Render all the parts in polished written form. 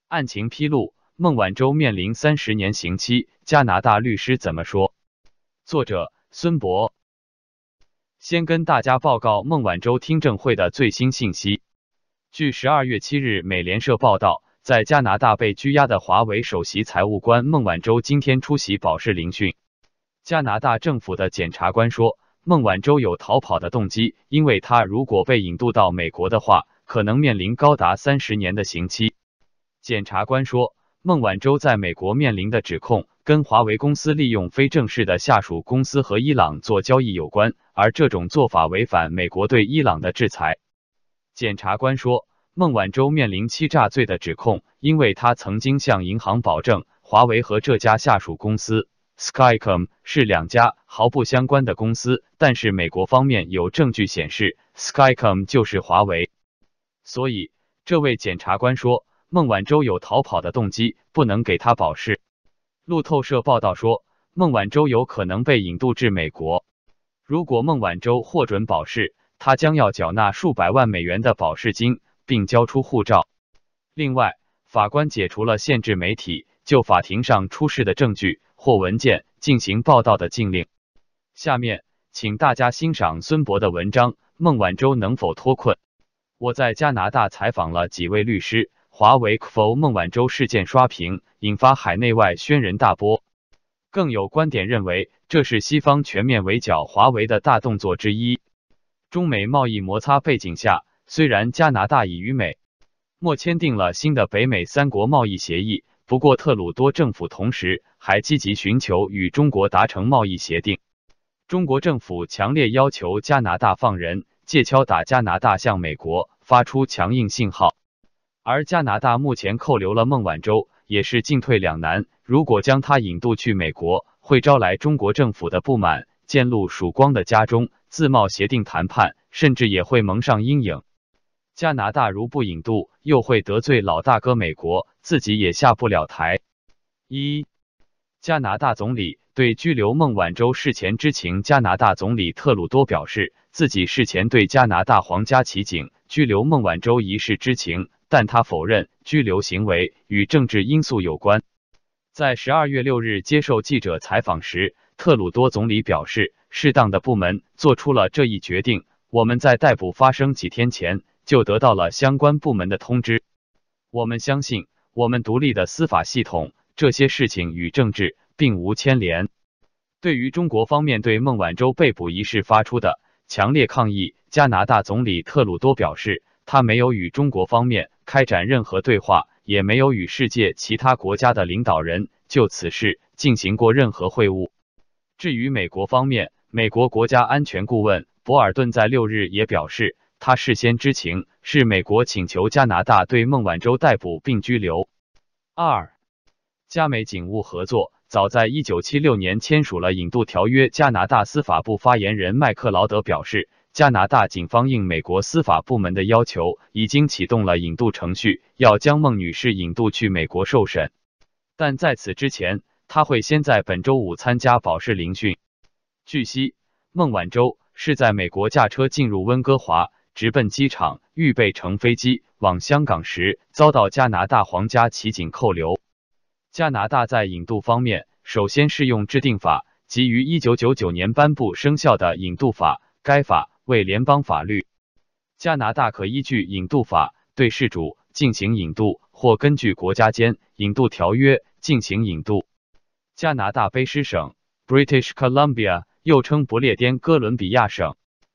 案情披露，孟晚舟面临30年刑期，加拿大律师怎么说？作者孙博。先跟大家报告孟晚舟听证会的最新信息。据12月7日美联社报道，在加拿大被拘押的华为首席财务官孟晚舟今天出席保释聆讯。加拿大政府的检察官说，孟晚舟有逃跑的动机，因为他如果被引渡到美国的话，可能面临高达30年的刑期。检察官说，孟晚舟在美国面临的指控跟华为公司利用非正式的下属公司和伊朗做交易有关，而这种做法违反美国对伊朗的制裁。检察官说，孟晚舟面临欺诈罪的指控，因为他曾经向银行保证，华为和这家下属公司 Skycom 是两家毫不相关的公司，但是美国方面有证据显示 Skycom 就是华为。所以，这位检察官说，孟晚舟有逃跑的动机，不能给他保释。路透社报道说，孟晚舟有可能被引渡至美国。如果孟晚舟获准保释，他将要缴纳数百万美元的保释金，并交出护照。另外，法官解除了限制媒体就法庭上出示的证据或文件进行报道的禁令。下面，请大家欣赏孙博的文章《孟晚舟能否脱困》。我在加拿大采访了几位律师，华为否孟晚舟事件刷屏，引发海内外轩然大波。更有观点认为，这是西方全面围剿华为的大动作之一。中美贸易摩擦背景下，虽然加拿大已与美墨签订了新的北美三国贸易协议，不过特鲁多政府同时还积极寻求与中国达成贸易协定。中国政府强烈要求加拿大放人，借敲打加拿大向美国发出强硬信号。而加拿大目前扣留了孟晚舟，也是进退两难。如果将他引渡去美国，会招来中国政府的不满，渐入曙光的家中，自贸协定谈判甚至也会蒙上阴影。加拿大如不引渡，又会得罪老大哥美国，自己也下不了台。加拿大总理对拘留孟晚舟事前知情，加拿大总理特鲁多表示，自己事前对加拿大皇家骑警拘留孟晚舟一事知情，但他否认拘留行为与政治因素有关。在12月6日接受记者采访时，特鲁多总理表示，适当的部门做出了这一决定，我们在逮捕发生几天前就得到了相关部门的通知。我们相信我们独立的司法系统，这些事情与政治并无牵连。对于中国方面对孟晚舟被捕一事发出的强烈抗议，加拿大总理特鲁多表示，他没有与中国方面开展任何对话，也没有与世界其他国家的领导人就此事进行过任何会晤。至于美国方面，美国国家安全顾问博尔顿在6日也表示，他事先知情，是美国请求加拿大对孟晚舟逮捕并拘留。加美警务合作早在1976年签署了引渡条约。加拿大司法部发言人麦克劳德表示，加拿大警方应美国司法部门的要求，已经启动了引渡程序，要将孟女士引渡去美国受审。但在此之前，他会先在本周五参加保释聆讯。据悉，孟晚舟是在美国驾车进入温哥华，直奔机场，预备乘飞机往香港时，遭到加拿大皇家骑警扣留。加拿大在引渡方面，首先适用制定法，即于1999年颁布生效的引渡法，该法为联邦法律。加拿大可依据引渡法对事主进行引渡，或根据国家间引渡条约进行引渡。加拿大卑诗省 British Columbia 又称不列颠哥伦比亚省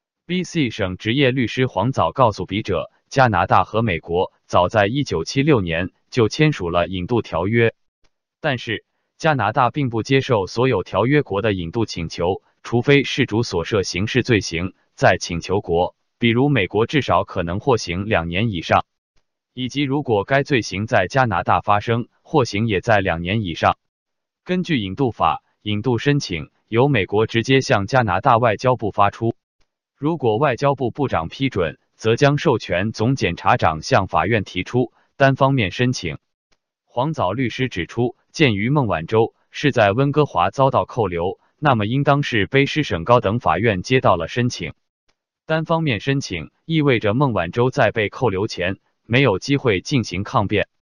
BC 省职业律师黄早告诉笔者，加拿大和美国早在1976年就签署了引渡条约。但是，加拿大并不接受所有条约国的引渡请求，除非事主所涉刑事罪行在请求国，比如美国至少可能获刑2年以上，以及如果该罪行在加拿大发生，获刑也在2年以上。根据引渡法，引渡申请由美国直接向加拿大外交部发出，如果外交部部长批准，则将授权总检察长向法院提出单方面申请。黄早律师指出，鉴于孟晚舟是在温哥华遭到扣留，那么应当是卑诗省高等法院接到了申请。单方面申请意味着孟晚舟在被扣留前没有机会进行抗辩。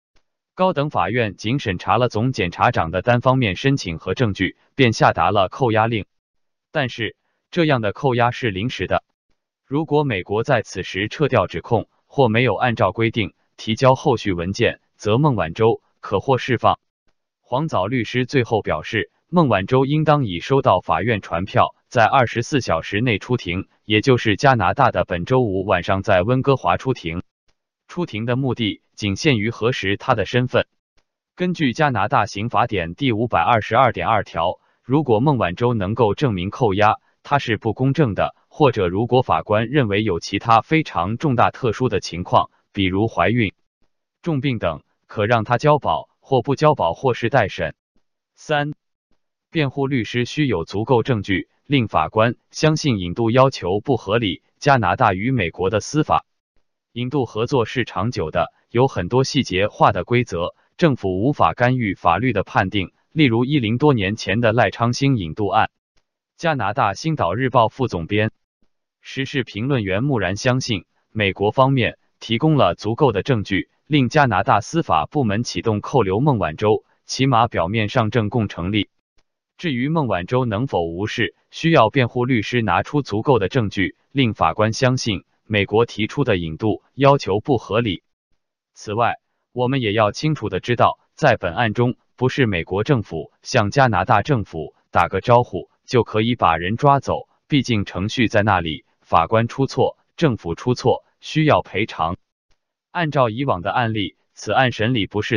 高等法院仅审查了总检察长的单方面申请和证据，便下达了扣押令。但是，这样的扣押是临时的。如果美国在此时撤掉指控，或没有按照规定提交后续文件，则孟晚舟可获释放。黄藻律师最后表示，孟晚舟应当已收到法院传票，在24小时内出庭，也就是加拿大的本周五晚上在温哥华出庭。出庭的目的仅限于核实他的身份。根据加拿大刑法典第522.2条，如果孟晚舟能够证明扣押他是不公正的，或者如果法官认为有其他非常重大特殊的情况，比如怀孕、重病等，可让他交保或不交保或是待审。3. 辩护律师需有足够证据令法官相信引渡要求不合理。加拿大与美国的司法引渡合作是长久的，有很多细节化的规则，政府无法干预法律的判定，例如10多年前的赖昌星引渡案。加拿大星岛日报副总编、时事评论员木然相信，美国方面提供了足够的证据，令加拿大司法部门启动扣留孟晚舟，起码表面上证供成立。至于孟晚舟能否无视，需要辩护律师拿出足够的证据，令法官相信美国提出的引渡要求不合理。此外，我们也要清楚的知道，在本案中，不是美国政府向加拿大政府打个招呼就可以把人抓走，毕竟程序在那里，法官出错，政府出错，需要赔偿。按照以往的案例，此案审理不是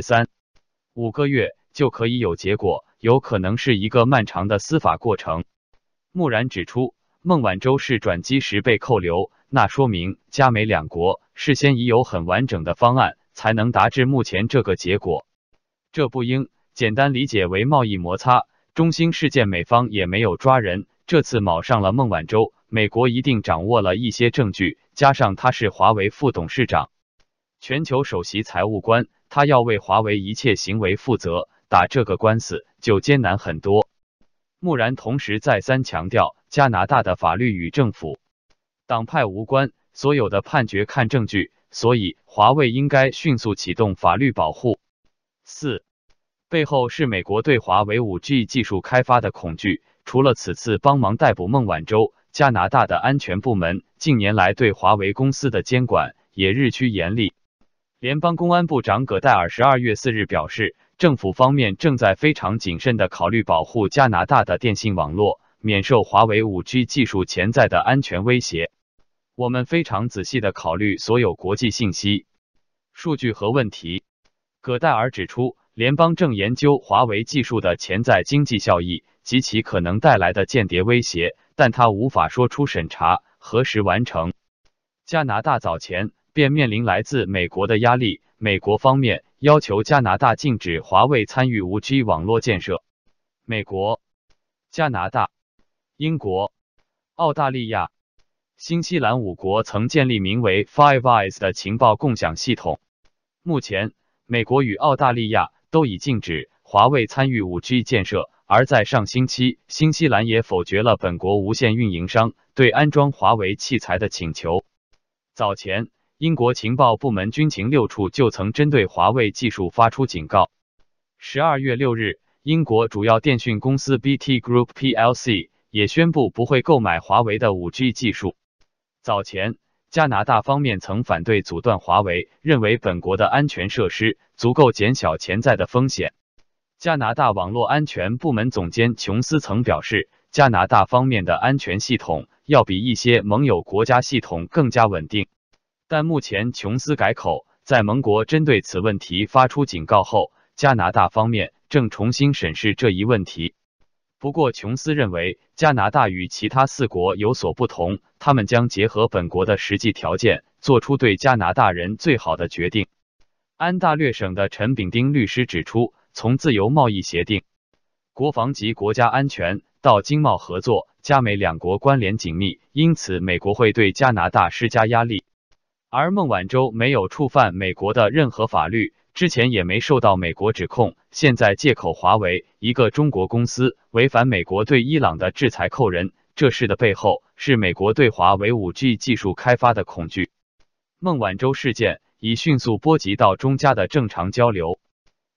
3、5个月就可以有结果，有可能是一个漫长的司法过程。木然指出，孟晚舟是转机时被扣留，那说明加美两国事先已有很完整的方案，才能达至目前这个结果。这不应简单理解为贸易摩擦。中兴事件美方也没有抓人，这次卯上了孟晚舟，美国一定掌握了一些证据，加上他是华为副董事长、全球首席财务官，他要为华为一切行为负责，打这个官司就艰难很多。木然同时再三强调，加拿大的法律与政府、党派无关，所有的判决看证据，所以华为应该迅速启动法律保护。4. 背后是美国对华为 5G 技术开发的恐惧。除了此次帮忙逮捕孟晚舟，加拿大的安全部门近年来对华为公司的监管也日趋严厉。联邦公安部长葛戴尔12月4日表示，政府方面正在非常谨慎地考虑保护加拿大的电信网络，免受华为 5G 技术潜在的安全威胁。我们非常仔细地考虑所有国际信息、数据和问题。葛戴尔指出，联邦正研究华为技术的潜在经济效益及其可能带来的间谍威胁，但他无法说出审查何时完成。加拿大早前便面临来自美国的压力，美国方面要求加拿大禁止华为参与 5G 网络建设。美国、加拿大、英国、澳大利亚、新西兰5国曾建立名为 Five Eyes 的情报共享系统。目前，美国与澳大利亚都已禁止华为参与 5G 建设，而在上星期，新西兰也否决了本国无线运营商对安装华为器材的请求。早前，英国情报部门军情6处就曾针对华为技术发出警告。12月6日，英国主要电讯公司 BT Group plc 也宣布不会购买华为的 5G 技术。早前，加拿大方面曾反对阻断华为，认为本国的安全设施足够减小潜在的风险。加拿大网络安全部门总监琼斯曾表示，加拿大方面的安全系统要比一些盟友国家系统更加稳定。但目前琼斯改口，在盟国针对此问题发出警告后，加拿大方面正重新审视这一问题。不过琼斯认为，加拿大与其他4国有所不同，他们将结合本国的实际条件，做出对加拿大人最好的决定。安大略省的陈炳丁律师指出，从自由贸易协定、国防及国家安全到经贸合作，加美两国关联紧密，因此美国会对加拿大施加压力。而孟晚舟没有触犯美国的任何法律，之前也没受到美国指控，现在借口华为一个中国公司违反美国对伊朗的制裁扣人，这事的背后是美国对华为 5G 技术开发的恐惧。孟晚舟事件已迅速波及到中加的正常交流。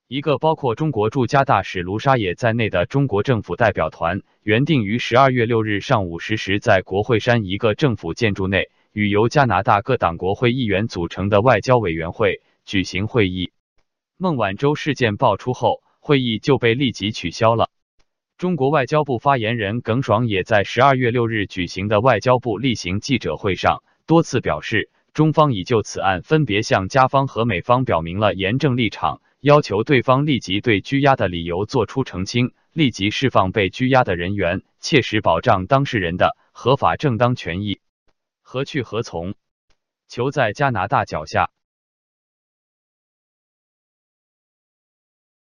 一个包括中国驻加大使卢沙野在内的中国政府代表团，原定于12月6日上午10时在国会山一个政府建筑内，与由加拿大各党国会议员组成的外交委员会举行会议。孟晚舟事件爆出后，会议就被立即取消了。中国外交部发言人耿爽也在12月6日举行的外交部例行记者会上多次表示，中方已就此案分别向加方和美方表明了严正立场，要求对方立即对拘押的理由作出澄清，立即释放被拘押的人员，切实保障当事人的合法正当权益。何去何从？球在加拿大脚下。